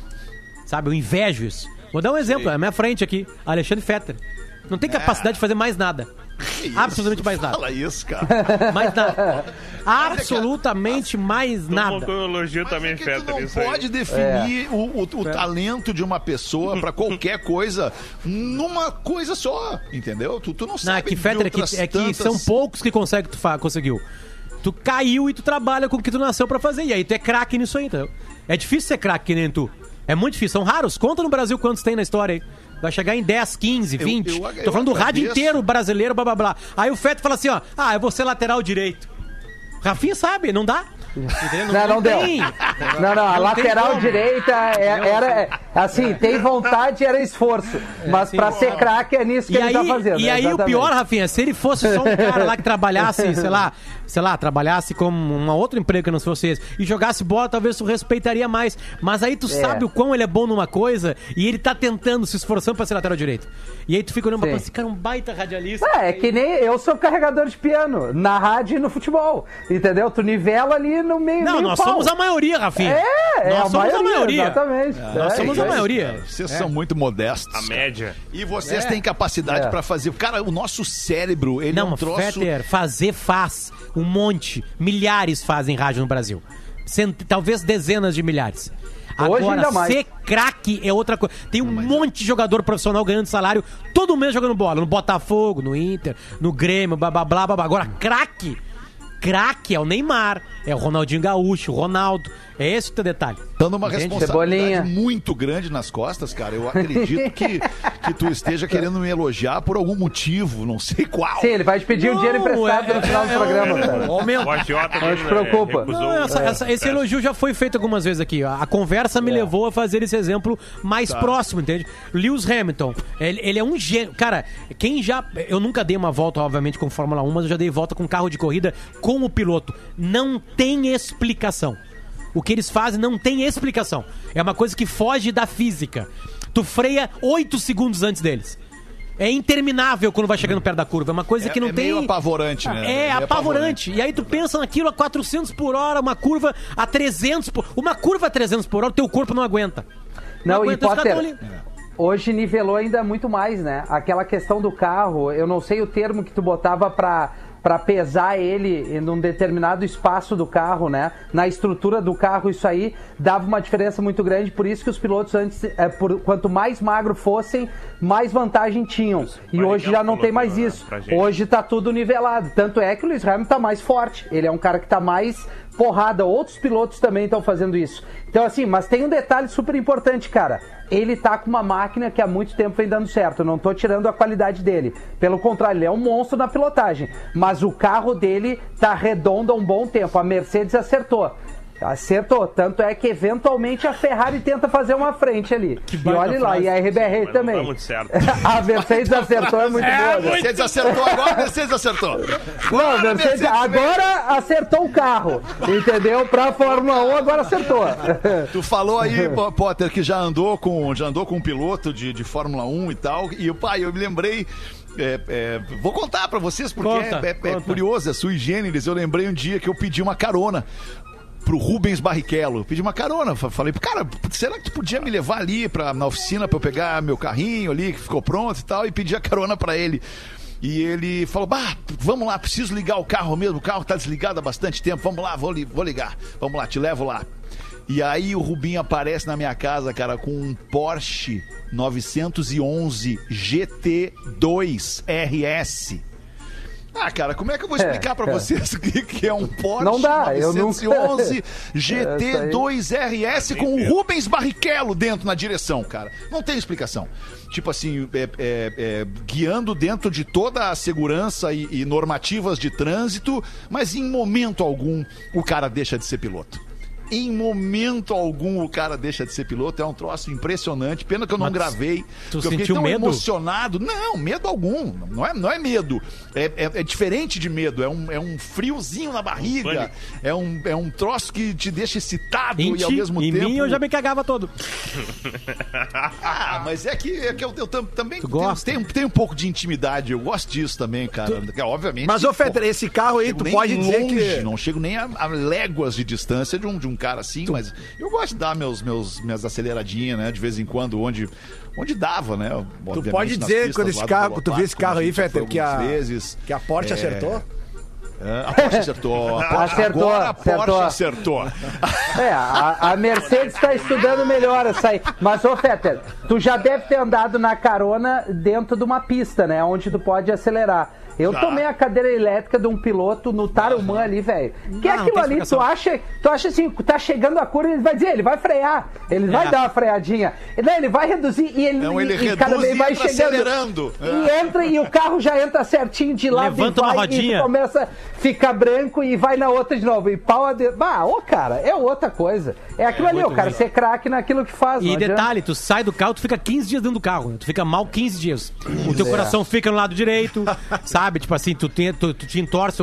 Sabe, eu invejo isso. Vou dar um exemplo, à minha frente aqui, Alexandre Fetter. Não tem capacidade de fazer mais nada. Absolutamente mais nada. Fala isso, cara. Mais nada. Absolutamente mais Todo nada. mundo elogio também, É que tu Fetter. não isso aí. pode definir o talento de uma pessoa pra qualquer coisa numa coisa só, entendeu? Tu não Não, sabe é que Fetter é que são poucos que conseguiu. Tu caiu e tu trabalha com o que tu nasceu pra fazer. E aí tu é craque nisso aí, entendeu? É difícil ser craque que nem tu. É muito difícil. São raros. Conta no Brasil quantos tem na história aí. Vai chegar em 10, 15, 20. Tô falando do rádio inteiro brasileiro, blá blá blá. Aí o Fetter fala assim, ó. Eu vou ser lateral direito. Rafinha sabe, não dá. Entendeu? Não deu. tem. Não, a Não tem lateral como. direita era assim, tem vontade, era esforço. Mas pra ser craque é nisso que ele tá fazendo. E aí o exatamente. pior, Rafinha, se ele fosse só um cara lá que trabalhasse, sei lá, trabalhasse como um outro emprego que não fosse esse, e jogasse bola, talvez tu respeitaria mais. Mas aí tu sabe o quão ele é bom numa coisa e ele tá tentando, se esforçando pra ser lateral direito. E aí tu fica olhando pra esse cara, um baita radialista. É que nem eu sou carregador de piano, na rádio e no futebol. Entendeu? Tu nivela ali no meio. Não, meio nós pau. somos a maioria, Rafinha. Nós somos a maioria. Exatamente. Nós somos a maioria. Vocês são muito modestos. A média. E vocês têm capacidade pra fazer. Cara, o nosso cérebro, ele é um troço... Fetter, faz um monte. Milhares fazem rádio no Brasil. Talvez dezenas de milhares. Hoje Agora, ainda mais. ser craque é outra coisa. Tem um monte de jogador profissional ganhando salário todo mês jogando bola. No Botafogo, no Inter, no Grêmio, blá, blá, blá, blá. Agora, craque é o Neymar, é o Ronaldinho Gaúcho, o Ronaldo. É esse o teu detalhe. Dando uma Entende? responsabilidade Cebolinha. muito grande nas costas, cara. Eu acredito que tu esteja querendo me elogiar por algum motivo, não sei qual. Sim, ele vai te pedir um dinheiro emprestado no final do programa, cara. Aumenta. O agiota Não dele, se preocupa. recusou Não, esse elogio já foi feito algumas vezes aqui. A conversa me levou a fazer esse exemplo mais próximo, entende? Lewis Hamilton, ele é um gênio. Cara, eu nunca dei uma volta, obviamente, com Fórmula 1, mas eu já dei volta com carro de corrida com o piloto. Não tem explicação. O que eles fazem não tem explicação. É uma coisa que foge da física. Tu freia 8 segundos antes deles. É interminável quando vai chegando perto da curva. É uma coisa que não tem... É meio apavorante, né? É apavorante. E aí tu pensa naquilo a 400 por hora, uma curva a 300 por... Uma curva a 300 por hora, o teu corpo não aguenta. Não, e aguenta, os caras tão Potter, ali. hoje nivelou ainda muito mais, né? Aquela questão do carro, eu não sei o termo que tu botava pra pesar ele num determinado espaço do carro, né? Na estrutura do carro, isso aí dava uma diferença muito grande, por isso que os pilotos antes, quanto mais magro fossem, mais vantagem tinham. E hoje já não tem mais isso. Hoje tá tudo nivelado. Tanto é que o Lewis Hamilton tá mais forte. Ele é um cara que tá mais porrada. Outros pilotos também estão fazendo isso. Então assim, mas tem um detalhe super importante, cara. Ele tá com uma máquina que há muito tempo vem dando certo. Eu não tô tirando a qualidade dele. Pelo contrário, ele é um monstro na pilotagem. Mas o carro dele tá redondo há um bom tempo. A Mercedes acertou. Tanto é que eventualmente a Ferrari tenta fazer uma frente ali. E olha lá, e a RBR também. Não dá muito certo. A Mercedes acertou, é muito boa. A Mercedes acertou agora, a Mercedes acertou. Não, a Mercedes agora acertou o carro, entendeu? Pra Fórmula 1 agora acertou. Tu falou aí, Potter, que já andou com um piloto de Fórmula 1 e tal, e eu me lembrei... vou contar pra vocês, porque é curioso, é sui generis. Eu lembrei um dia que eu pedi uma carona pro Rubens Barrichello. Eu pedi uma carona, falei, cara, será que tu podia me levar ali na oficina pra eu pegar meu carrinho ali, que ficou pronto e tal, e pedi a carona pra ele. E ele falou, vamos lá, preciso ligar o carro mesmo, o carro tá desligado há bastante tempo, vamos lá, vou ligar, vamos lá, te levo lá. E aí o Rubinho aparece na minha casa, cara, com um Porsche 911 GT2 RS. Ah, cara, como é que eu vou explicar pra vocês o que é um Porsche Não dá, 911 GT2 RS com o Rubens Barrichello dentro na direção, cara? Não tem explicação. Tipo assim, guiando dentro de toda a segurança e normativas de trânsito, mas em momento algum o cara deixa de ser piloto. Em momento algum o cara deixa de ser piloto. É um troço impressionante. Pena que eu não gravei. Tu eu fiquei sentiu tão medo? emocionado. Não, medo algum. Não é medo. É diferente de medo. É um friozinho na barriga. É um troço que te deixa excitado e ao mesmo tempo... Em mim eu já me cagava todo. Mas é que eu também gosta? tenho um pouco de intimidade. Eu gosto disso também, cara. Obviamente. Mas, ô, Fetter, esse carro aí, tu pode dizer que... Não chego nem a léguas de distância de um cara assim, mas eu gosto de dar minhas aceleradinhas, né? De vez em quando, onde dava, né? Tu pode dizer, quando esse carro, tu viu esse carro aí, Fetter, que a Porsche acertou? A Porsche acertou. Agora a Porsche acertou. A Mercedes tá estudando melhor essa aí. Mas, ô, Fetter, tu já deve ter andado na carona dentro de uma pista, né? Onde tu pode acelerar. Eu tomei a cadeira elétrica de um piloto no Tarumã ali, velho. Que é aquilo ali, tu acha assim, tá chegando a curva, ele vai dizer, ele vai frear, ele vai dar uma freadinha. Não, ele vai reduzir e ele cada vez vai chegando. Acelerando. E entra e o carro já entra certinho de lado. Levanta uma rodinha. E começa a ficar branco e vai na outra de novo. E pau a dedo. Cara, é outra coisa. É aquilo ali, o cara ser craque naquilo que faz. E detalhe, tu sai do carro, tu fica 15 dias dentro do carro. Tu fica mal 15 dias. O teu coração fica no lado direito, sabe? Tipo assim, tu te entorce.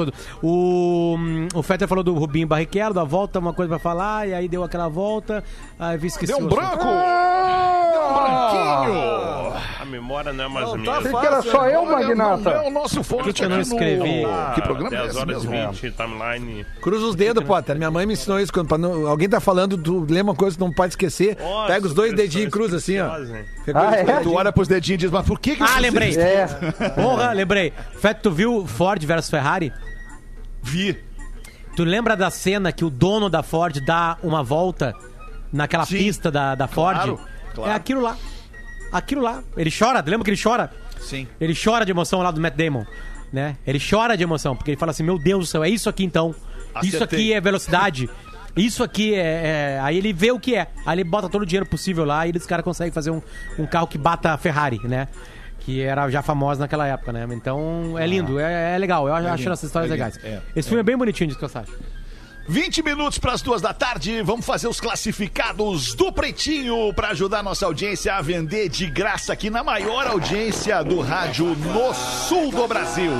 O Fetter falou do Rubinho Barrichello, da volta, uma coisa pra falar, e aí deu aquela volta, aí vi esqueci. Deu um branco! Deu um branquinho! A memória não é mais a minha. Achei que era só eu, Magnata. É o nosso forte que eu não escrevi? Que programa 10 é esse horas e mesmo? 20, timeline. Cruza os dedos, Potter. Minha mãe me ensinou isso. Quando alguém tá falando, tu lembra uma coisa que não pode esquecer. Nossa, pega os dois dedinhos e cruza assim, ó. Tu olha pros dedinhos e diz, mas por que você lembrei. fez? Porra, lembrei. Fetter, tu viu Ford versus Ferrari? Vi. Tu lembra da cena que o dono da Ford dá uma volta naquela pista da Ford? Claro. É aquilo lá. Aquilo lá. Ele chora, lembra que ele chora? Sim. Ele chora de emoção lá do Matt Damon, né? Ele chora de emoção, porque ele fala assim, meu Deus do céu, é isso aqui então. Acertei. Isso aqui é velocidade. Isso aqui Aí ele vê o que é. Aí ele bota todo o dinheiro possível lá e os caras conseguem fazer um carro que bata a Ferrari, né? Que era já famosa naquela época, né? Então é lindo, é legal. Eu acho essas histórias legais. Esse filme é bem bonitinho de descansar. 20 minutos para as 2 da tarde, vamos fazer os classificados do Pretinho para ajudar nossa audiência a vender de graça aqui na maior audiência do rádio no sul do Brasil.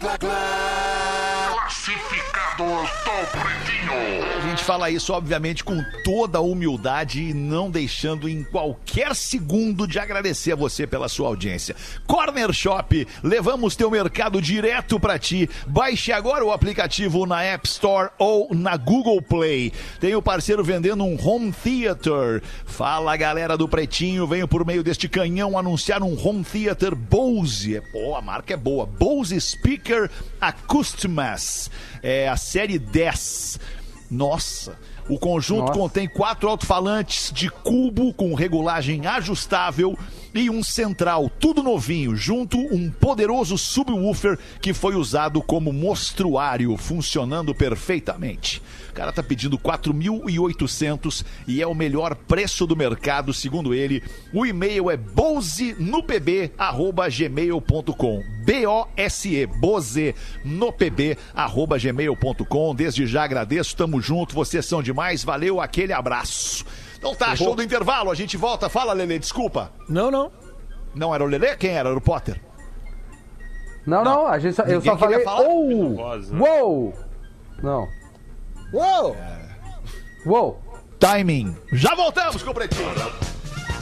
Classificados do Pretinho. A gente fala isso, obviamente, com toda a humildade e não deixando em qualquer segundo de agradecer a você pela sua audiência. Corner Shop, levamos teu mercado direto para ti. Baixe agora o aplicativo na App Store ou na Google Play. Tem o parceiro vendendo um home theater. Fala, galera do Pretinho, venho por meio deste canhão anunciar um home theater Bose. Pô, a marca é boa. Bose Speaker Acoustimas. É a série 10. Nossa, o conjunto contém 4 alto-falantes de cubo com regulagem ajustável e um central, tudo novinho, junto um poderoso subwoofer que foi usado como mostruário, funcionando perfeitamente. O cara tá pedindo 4.800 e é o melhor preço do mercado, segundo ele. O e-mail é bosenopb@gmail.com. B-O-S-E, bosenopb@gmail.com. Desde já agradeço, tamo junto, vocês são demais, valeu, aquele abraço. Então tá, show do intervalo, a gente volta. Fala, Lelê, desculpa. Não. Não era o Lelê? Quem era? Era o Potter? Não, eu só falei. Uou! Não. Uou! Timing. Já voltamos com o Pretinho.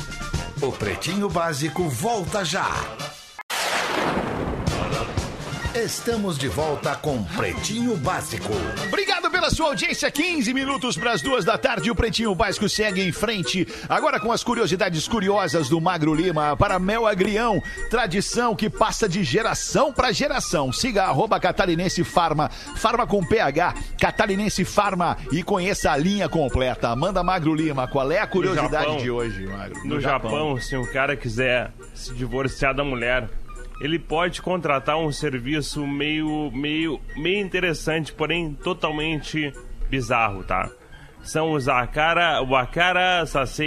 O Pretinho Básico volta já. Estamos de volta com Pretinho Básico. Obrigado pela sua audiência. 15 minutos para as 2 da tarde. O Pretinho Básico segue em frente. Agora com as curiosidades curiosas do Magro Lima para Mel Agrião. Tradição que passa de geração para geração. Siga @Catarinense Farma. Farma com PH. Catarinense Farma. E conheça a linha completa. Manda Magro Lima. Qual é a curiosidade de hoje, Magro? No Japão, se um cara quiser se divorciar da mulher, ele pode contratar um serviço meio interessante, porém totalmente bizarro, tá? São os Wakara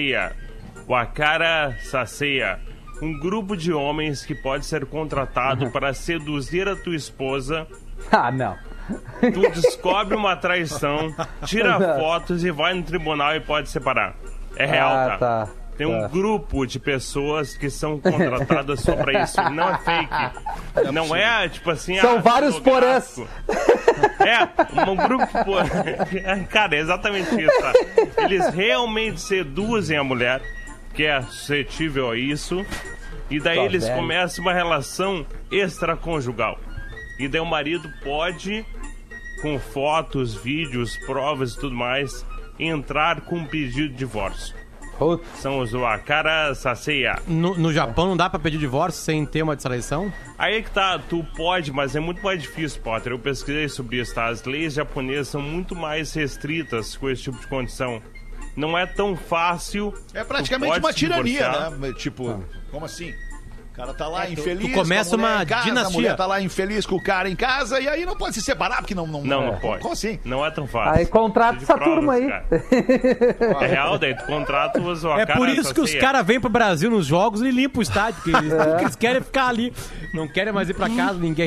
Saseia. Um grupo de homens que pode ser contratado para seduzir a tua esposa. Ah, não. Tu descobre uma traição, tira fotos e vai no tribunal e pode separar. É real, tá? Tem um grupo de pessoas que são contratadas só pra isso. Não é fake. Não é, tipo assim... São vários porãs. Um grupo... Cara, é exatamente isso, tá? Eles realmente seduzem a mulher, que é suscetível a isso, e daí eles começam uma relação extraconjugal. E daí o marido pode, com fotos, vídeos, provas e tudo mais, entrar com um pedido de divórcio. São os Wakara Saseia. No Japão não dá pra pedir divórcio sem ter uma distraição? Aí é que tá, tu pode, mas é muito mais difícil, Potter. Eu pesquisei sobre isso, tá? As leis japonesas são muito mais restritas com esse tipo de condição. Não é tão fácil. É praticamente uma tirania, né? Tipo, como assim? O cara tá lá infeliz, tu começa uma dinastia. A mulher tá lá infeliz com o cara em casa e aí não pode se separar porque não pode. Como assim? Não é tão fácil. Aí contrata essa turma aí. É real, daí tu contrata os É por isso que os caras vêm pro Brasil nos jogos e limpam o estádio, porque eles querem ficar ali. Não querem mais ir pra casa, ninguém.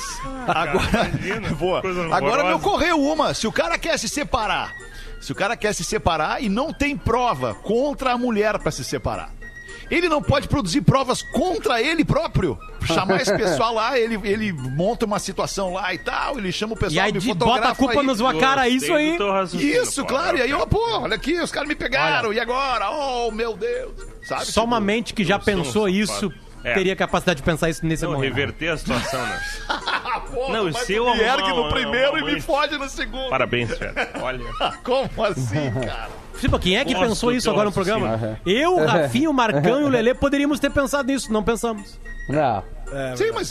Agora me ocorreu uma. Se o cara quer se separar e não tem prova contra a mulher pra se separar, ele não pode produzir provas contra ele próprio. Chamar esse pessoal lá, ele monta uma situação lá e tal, ele chama o pessoal, e aí bota a culpa nos Wakara, isso aí. Isso, claro, e aí, olha aqui, os caras me pegaram, e agora? Oh, meu Deus. Sabe? Só uma mente que já pensou isso, teria capacidade de pensar isso nesse momento. Reverter a situação, né? Não, o seu me ergue no primeiro e me fode no segundo. Parabéns, velho. Olha. Como assim, cara? Quem é que pensou isso agora no programa? Eu, o Rafinha, o Marcão e o Lelê poderíamos ter pensado nisso, não pensamos. Não. Sim, mas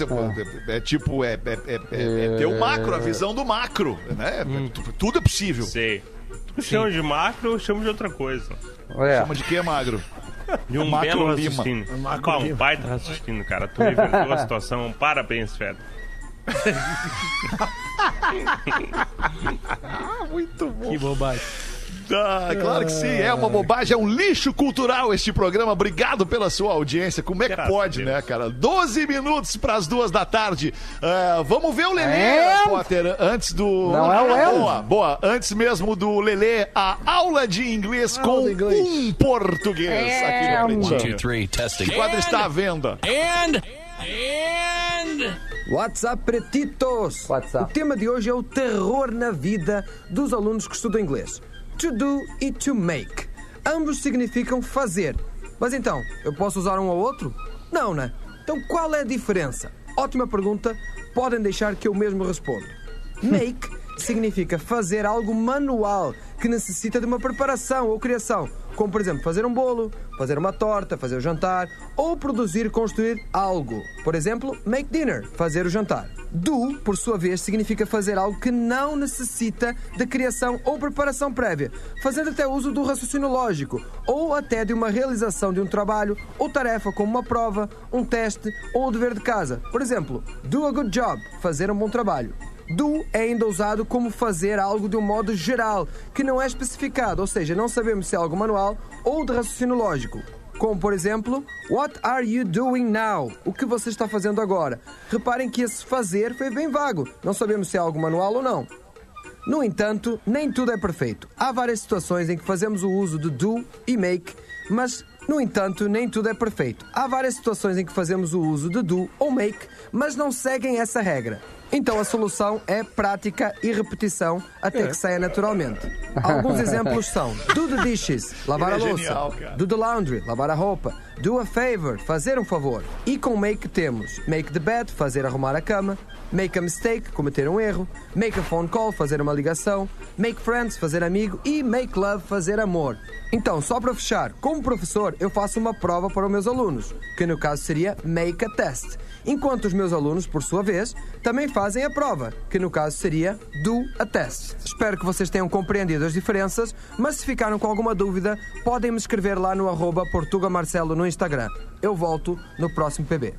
ter o macro, a visão do macro, né? Tudo é possível. Sei. Tu chama de macro, eu chamo de outra coisa. Chama de quê, magro? De um belo raciocínio. Um baita raciocínio, cara. Tu reverteu a situação. Parabéns, Fed. Muito bom. Que bobagem. Claro que sim, é uma bobagem, é um lixo cultural este programa. Obrigado pela sua audiência. Como é que pode, né, cara? 12 minutos para as 2 da tarde. Vamos ver o Lelê, Potter, antes do... Não é o Boa. Antes mesmo do Lelê, a aula de inglês com um português aqui no Pretinho. O quadro está à venda. What's up, pretitos? O tema de hoje é o terror na vida dos alunos que estudam inglês. To do e to make. Ambos significam fazer. Mas então, eu posso usar um ou outro? Não, né? Então qual é a diferença? Ótima pergunta, podem deixar que eu mesmo respondo. Make significa fazer algo manual que necessita de uma preparação ou criação, como por exemplo fazer um bolo, fazer uma torta, fazer o jantar, ou produzir e construir algo. Por exemplo, make dinner, fazer o jantar. Do, por sua vez, significa fazer algo que não necessita de criação ou preparação prévia, fazendo até uso do raciocínio lógico, ou até de uma realização de um trabalho ou tarefa como uma prova, um teste ou o dever de casa. Por exemplo, do a good job, fazer um bom trabalho. Do é ainda usado como fazer algo de um modo geral, que não é especificado, ou seja, não sabemos se é algo manual ou de raciocínio lógico. Como, por exemplo, what are you doing now? O que você está fazendo agora? Reparem que esse fazer foi bem vago, não sabemos se é algo manual ou não. No entanto, nem tudo é perfeito. Há várias situações em que fazemos o uso de do e make, mas... No entanto, nem tudo é perfeito. Há várias situações em que fazemos o uso de do ou make, mas não seguem essa regra. Então a solução é prática e repetição até que saia naturalmente. Alguns exemplos são: do the dishes, lavar a louça; do the laundry, lavar a roupa; do a favor, fazer um favor. E com make temos make the bed, fazer arrumar a cama; make a mistake, cometer um erro; make a phone call, fazer uma ligação; make friends, fazer amigo; e make love, fazer amor. Então, só para fechar, como professor, eu faço uma prova para os meus alunos, que no caso seria make a test, enquanto os meus alunos, por sua vez, também fazem a prova, que no caso seria do a test. Espero que vocês tenham compreendido as diferenças, mas se ficaram com alguma dúvida, podem me escrever lá no @PortugaMarcelo no Instagram. Eu volto no próximo PB.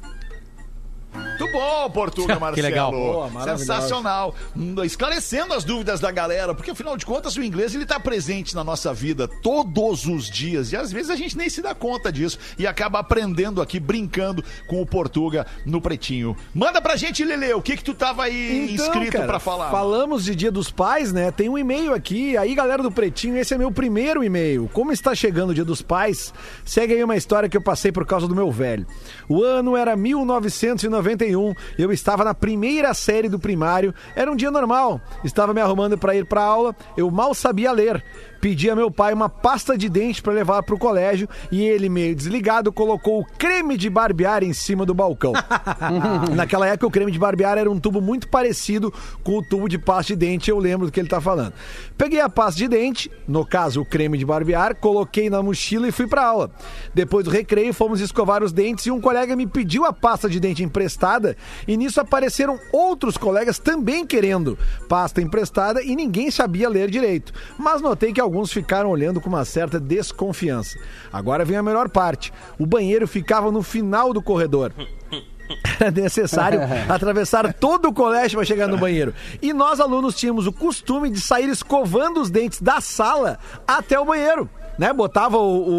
Muito bom, Portuga Marcelo. Que legal. Boa, sensacional. Esclarecendo as dúvidas da galera, porque afinal de contas o inglês ele tá presente na nossa vida todos os dias e às vezes a gente nem se dá conta disso e acaba aprendendo aqui, brincando com o Portuga no Pretinho. Manda pra gente, Lelê, o que tu tava aí inscrito pra falar? Falamos de Dia dos Pais, né? Tem um e-mail aqui, aí galera do Pretinho, esse é meu primeiro e-mail. Como está chegando o Dia dos Pais, segue aí uma história que eu passei por causa do meu velho. O ano era 1991, eu estava na primeira série do primário, era um dia normal, estava me arrumando para ir para aula, eu mal sabia ler. Pedi a meu pai uma pasta de dente para levar para o colégio e ele, meio desligado, colocou o creme de barbear em cima do balcão. Naquela época, o creme de barbear era um tubo muito parecido com o tubo de pasta de dente, eu lembro do que ele tá falando. Peguei a pasta de dente, no caso o creme de barbear, coloquei na mochila e fui para aula. Depois do recreio, fomos escovar os dentes e um colega me pediu a pasta de dente emprestada e nisso apareceram outros colegas também querendo pasta emprestada e ninguém sabia ler direito. Mas notei que alguns ficaram olhando com uma certa desconfiança. Agora vem a melhor parte. O banheiro ficava no final do corredor. Era necessário atravessar todo o colégio para chegar no banheiro. E nós, alunos, tínhamos o costume de sair escovando os dentes da sala até o banheiro. Né? Botava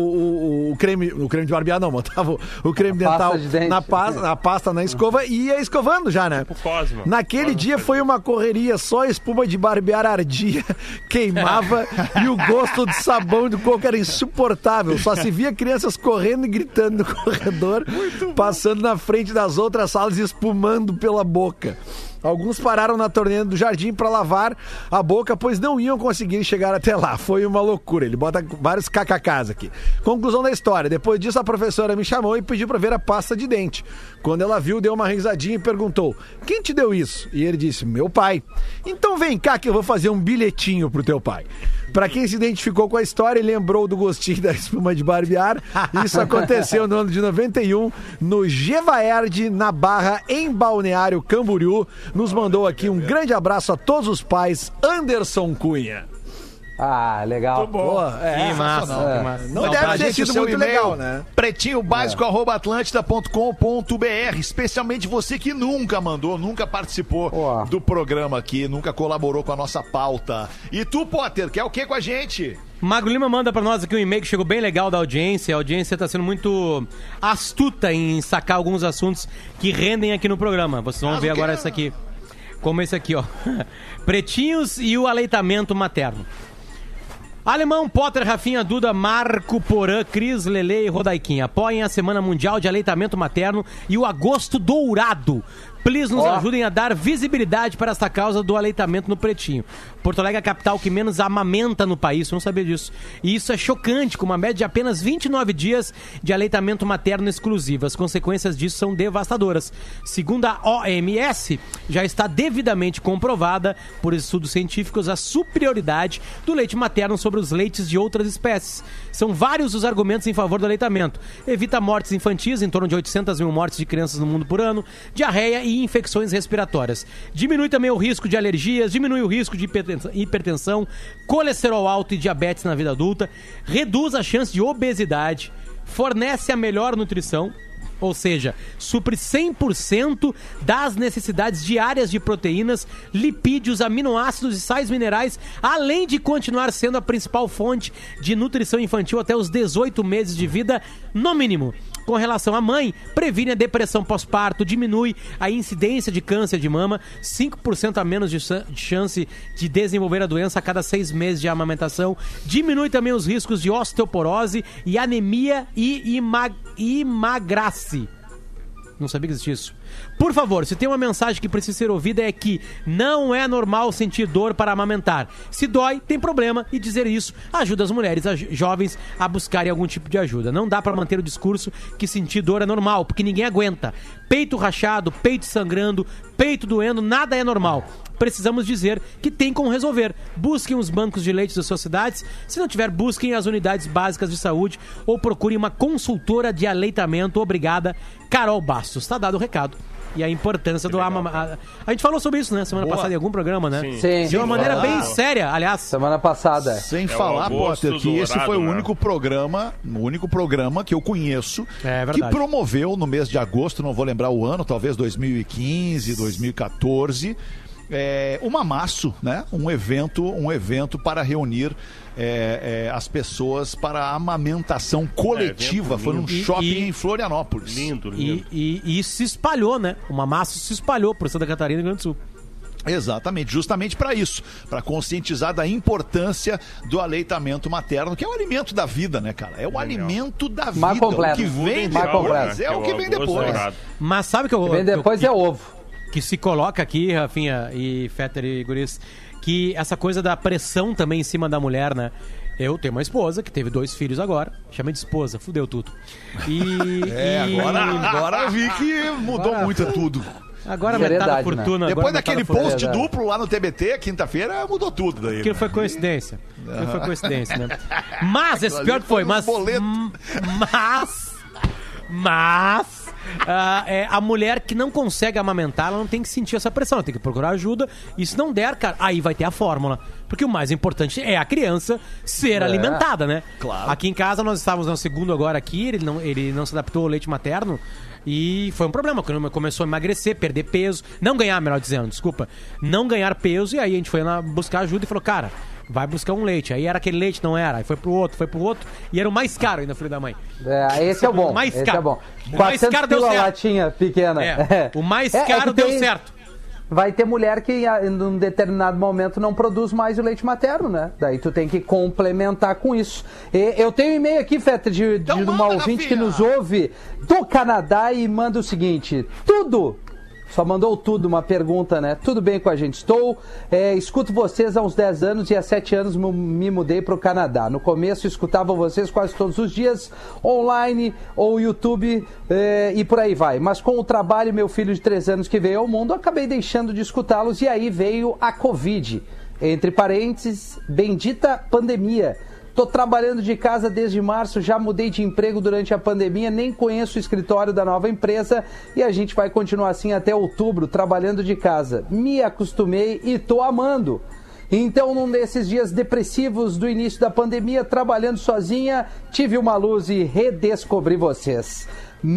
o creme de barbear, não, botava o creme dental na pasta, na escova e ia escovando já, né? Naquele dia foi uma correria, só a espuma de barbear ardia, queimava e o gosto de sabão de coco era insuportável. Só se via crianças correndo e gritando no corredor, passando na frente das outras salas e espumando pela boca. Alguns pararam na torneira do jardim para lavar a boca, pois não iam conseguir chegar até lá. Foi uma loucura. Ele bota vários kkks aqui. Conclusão da história. Depois disso, a professora me chamou e pediu para ver a pasta de dente. Quando ela viu, deu uma risadinha e perguntou: quem te deu isso? E ele disse: meu pai. Então vem cá que eu vou fazer um bilhetinho pro teu pai. Para quem se identificou com a história e lembrou do gostinho da espuma de barbear, isso aconteceu no ano de 91, no Gevaerd, na Barra, em Balneário Camboriú. Nos mandou aqui um grande abraço a todos os pais, Anderson Cunha. Ah, legal. Muito bom. Que massa. Não deve ter sido muito legal, né? pretinhobásico@atlântida.com.br. Especialmente você que nunca mandou, nunca participou do programa aqui, nunca colaborou com a nossa pauta. E tu, Potter, quer o que com a gente? Magro Lima manda pra nós aqui um e-mail que chegou bem legal da audiência. A audiência tá sendo muito astuta em sacar alguns assuntos que rendem aqui no programa. Vocês vão ver agora essa aqui. Como esse aqui, ó. Pretinhos e o aleitamento materno. Alemão, Potter, Rafinha, Duda, Marco, Porã, Cris, Lele e Rodaiquinha apoiem a Semana Mundial de Aleitamento Materno e o Agosto Dourado. Please nos ajudem a dar visibilidade para esta causa do aleitamento no Pretinho. Porto Alegre é a capital que menos amamenta no país, eu não sabia disso. E isso é chocante, com uma média de apenas 29 dias de aleitamento materno exclusivo. As consequências disso são devastadoras. Segundo a OMS, já está devidamente comprovada por estudos científicos a superioridade do leite materno sobre os leites de outras espécies. São vários os argumentos em favor do aleitamento. Evita mortes infantis, em torno de 800 mil mortes de crianças no mundo por ano, diarreia e infecções respiratórias. Diminui também o risco de alergias, diminui o risco de hipertensão, colesterol alto e diabetes na vida adulta, reduz a chance de obesidade, fornece a melhor nutrição, ou seja, supre 100% das necessidades diárias de proteínas, lipídios, aminoácidos e sais minerais, além de continuar sendo a principal fonte de nutrição infantil até os 18 meses de vida, no mínimo. Com relação à mãe, previne a depressão pós-parto, diminui a incidência de câncer de mama, 5% a menos de chance de desenvolver a doença a cada 6 meses de amamentação, diminui também os riscos de osteoporose e anemia e emagrece. Não sabia que existia isso. Por favor, se tem uma mensagem que precisa ser ouvida é que não é normal sentir dor para amamentar. Se dói, tem problema, e dizer isso ajuda as mulheres jovens a buscarem algum tipo de ajuda. Não dá para manter o discurso que sentir dor é normal, porque ninguém aguenta. Peito rachado, peito sangrando, peito doendo, nada é normal. Precisamos dizer que tem como resolver. Busquem os bancos de leite das suas cidades. Se não tiver, busquem as unidades básicas de saúde ou procurem uma consultora de aleitamento. Obrigada, Carol Bastos. Tá dado o recado. E a importância do amamentar. A gente falou sobre isso, né? Semana passada em algum programa, né? Sim. De uma maneira bem séria, aliás. Semana passada. Sem falar, Potter, que esse foi o único programa que eu conheço que promoveu no mês de agosto, não vou lembrar o ano, talvez 2015, 2014... um amasso, né? Um evento para reunir as pessoas para a amamentação coletiva. Foi num shopping em Florianópolis. Lindo. E isso se espalhou, né? O amasso se espalhou por Santa Catarina e Rio Grande do Sul. Exatamente, justamente para isso, para conscientizar da importância do aleitamento materno, que é o alimento da vida, né, cara? É o alimento da vida. Mais completo. O que vem depois. É o que vem depois. Mas sabe que o que vem depois é ovo. Que se coloca aqui, Rafinha e Fetter e Guris, que essa coisa da pressão também em cima da mulher, né? Eu tenho uma esposa que teve 2 filhos agora, chamei de esposa, fudeu tudo. Agora vi que mudou muito tudo. Agora metade da fortuna. Depois daquele post duplo lá no TBT, quinta-feira, mudou tudo daí. Aquilo foi coincidência. Aquilo foi coincidência, né? Mas, esse pior que foi, mas a mulher que não consegue amamentar, ela não tem que sentir essa pressão, ela tem que procurar ajuda. E se não der, cara, aí vai ter a fórmula. Porque o mais importante é a criança ser alimentada, né? Claro. Aqui em casa nós estávamos no segundo agora aqui, ele não se adaptou ao leite materno. E foi um problema, quando começou a emagrecer, perder peso, não ganhar, melhor dizendo, desculpa, não ganhar peso. E aí a gente foi lá buscar ajuda e falou, cara, vai buscar um leite. Aí era aquele leite, não era. Aí foi pro outro. E era o mais caro ainda, filho da mãe. Esse é o bom. O mais caro. Esse é bom. O mais caro deu certo. Latinha pequena. O mais caro deu certo. Vai ter mulher que em um determinado momento não produz mais o leite materno, né? Daí tu tem que complementar com isso. Eu tenho um e-mail aqui, Feta, de uma ouvinte que nos ouve do Canadá e manda o seguinte: só mandou tudo, uma pergunta, né? Tudo bem com a gente? Escuto vocês há uns 10 anos e há 7 anos me mudei para o Canadá. No começo escutava vocês quase todos os dias, online ou YouTube e por aí vai. Mas com o trabalho, meu filho de 3 anos que veio ao mundo, acabei deixando de escutá-los e aí veio a Covid. Entre parênteses, bendita pandemia. Tô trabalhando de casa desde março, já mudei de emprego durante a pandemia, nem conheço o escritório da nova empresa e a gente vai continuar assim até outubro, trabalhando de casa. Me acostumei e tô amando. Então, num desses dias depressivos do início da pandemia, trabalhando sozinha, tive uma luz e redescobri vocês.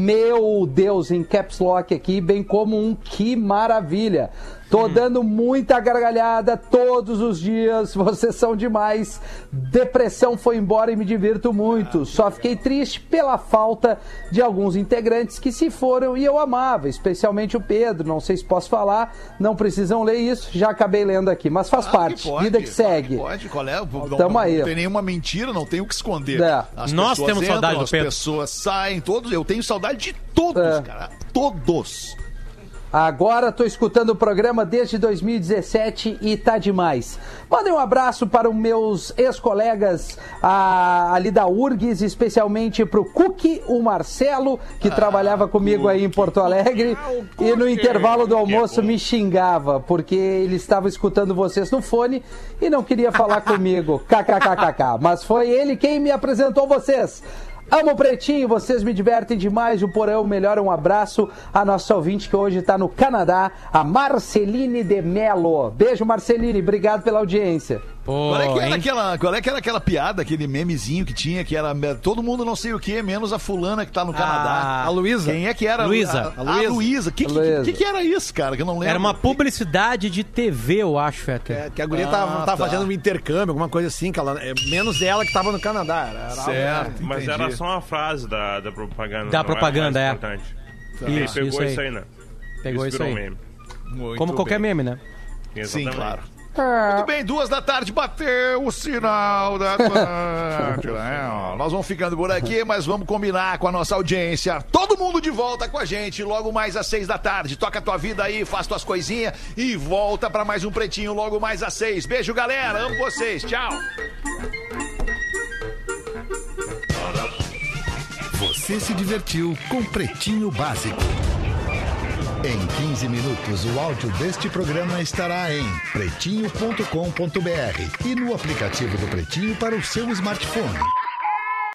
Meu Deus, em caps lock aqui, bem como um que maravilha. Tô dando muita gargalhada todos os dias, vocês são demais. Depressão foi embora e me divirto muito. Só fiquei triste pela falta de alguns integrantes que se foram e eu amava, especialmente o Pedro. Não sei se posso falar, não precisam ler isso, já acabei lendo aqui, mas faz parte, vida que segue. Pode, qual é? Tamo aí. Não tem nenhuma mentira, não tem o que esconder. Nós temos entram, saudade do Pedro. As pessoas saem, todos. Eu tenho saudade de todos, cara. Todos. Agora tô escutando o programa desde 2017 e tá demais. Mandem um abraço para os meus ex-colegas ali da URGS, especialmente pro Cuque, o Marcelo, que trabalhava comigo aí em Porto Alegre, e no intervalo do almoço me xingava, porque ele estava escutando vocês no fone e não queria falar comigo. KKKKK. Mas foi ele quem me apresentou vocês. Amo o Pretinho, vocês me divertem demais, o Porão melhor. Um abraço a nossa ouvinte que hoje está no Canadá, a Marceline de Mello. Beijo, Marceline, obrigado pela audiência. Qual é que era aquela piada, aquele memezinho que tinha, que era todo mundo não sei o que, menos a fulana que tá no Canadá. A Luísa. Quem é que era? Luísa. A Luísa. Que era isso, cara? Que eu não lembro. Era uma publicidade de TV, eu acho, Fetter. Que a guria tava fazendo um intercâmbio, alguma coisa assim, que ela, menos ela que tava no Canadá. Era certo, mas era só uma frase da propaganda. Da propaganda, é. Importante. Isso, pegou isso aí, né? Pegou isso aí. Meme. Como qualquer meme, né? Sim, claro. Muito bem, 2 da tarde, bateu o sinal da tarde, né? Nós vamos ficando por aqui, mas vamos combinar com a nossa audiência. Todo mundo de volta com a gente, logo mais às 6 da tarde. Toca a tua vida aí, faz tuas coisinhas e volta pra mais um Pretinho logo mais às 6. Beijo, galera. Amo vocês. Tchau. Você se divertiu com Pretinho Básico. Em 15 minutos, o áudio deste programa estará em pretinho.com.br e no aplicativo do Pretinho para o seu smartphone.